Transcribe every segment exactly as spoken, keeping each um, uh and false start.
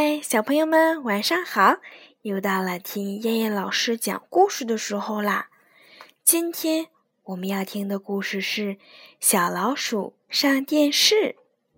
嗨，小朋友们晚上好，又到了听燕燕老师讲故事的时候啦。今天我们要听的故事是小老鼠上电视。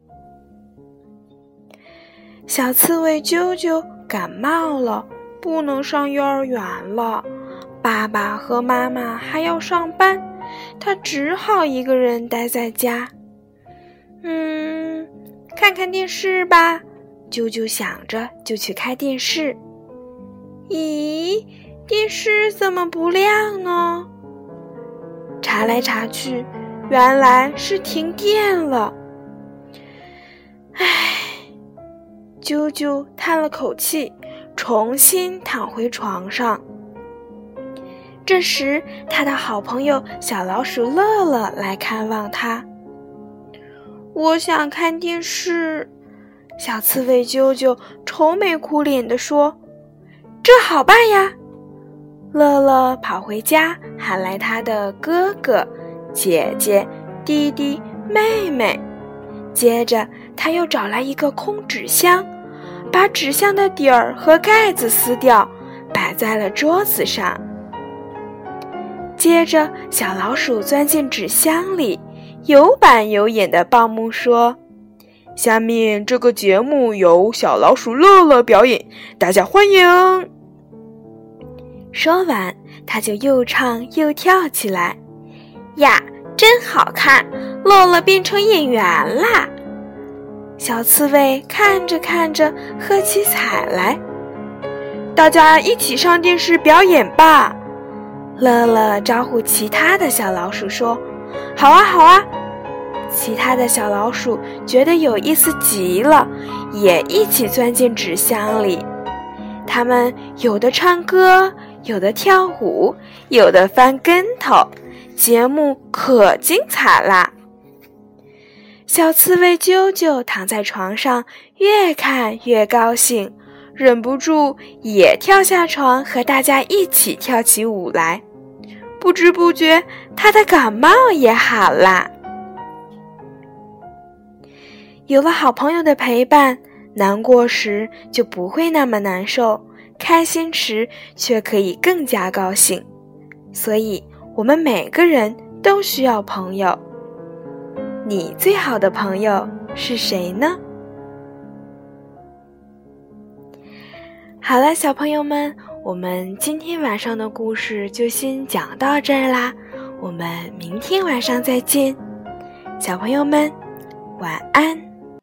小刺猬啾啾感冒了，不能上幼儿园了，爸爸和妈妈还要上班，他只好一个人待在家。嗯，看看电视吧，啾啾想着就去开电视。咦，电视怎么不亮呢？查来查去，原来是停电了。唉，啾啾叹了口气，重新躺回床上。这时，他的好朋友小老鼠乐乐来看望他。我想看电视，小刺猬啾啾愁眉苦脸地说：“这好办呀！”乐乐跑回家，喊来他的哥哥、姐姐、弟弟、妹妹。接着，他又找来一个空纸箱，把纸箱的底儿和盖子撕掉，摆在了桌子上。接着，小老鼠钻进纸箱里，有板有眼地报幕说：“下面这个节目由小老鼠乐乐表演，大家欢迎。”说完，他就又唱又跳起来。呀，真好看，乐乐变成演员啦！小刺猬看着看着喝起彩来。大家一起上电视表演吧！乐乐招呼其他的小老鼠说：“好啊，好啊！”其他的小老鼠觉得有意思极了，也一起钻进纸箱里。他们有的唱歌，有的跳舞，有的翻跟头，节目可精彩啦！小刺猬啾啾躺在床上，越看越高兴，忍不住也跳下床，和大家一起跳起舞来。不知不觉，他的感冒也好啦。有了好朋友的陪伴，难过时就不会那么难受，开心时却可以更加高兴。所以，我们每个人都需要朋友。你最好的朋友是谁呢？好了，小朋友们，我们今天晚上的故事就先讲到这儿啦，我们明天晚上再见。小朋友们，晚安。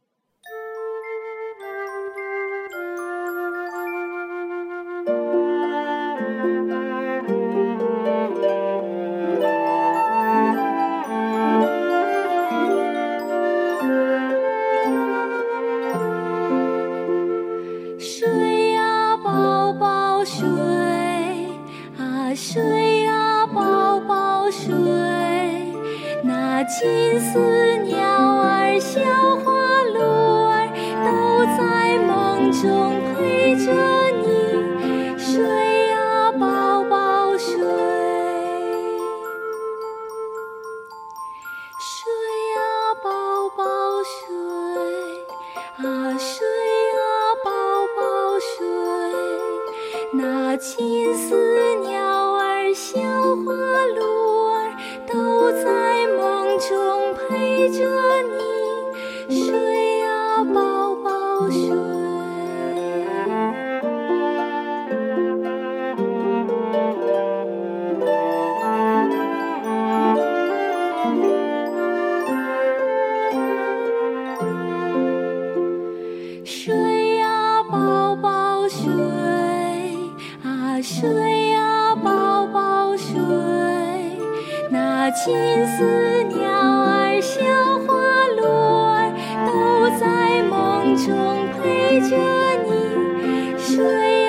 水啊宝宝水，那金丝鸟儿小花鹿儿都在梦中陪着你。水啊宝宝水，水啊宝宝水，啊水啊宝宝水，那金丝鸟小花鹿儿都在梦中陪着你。水啊宝宝水，水啊宝宝水，啊水啊宝宝水，那金丝鸟儿小花鹿儿都在梦中陪着你。水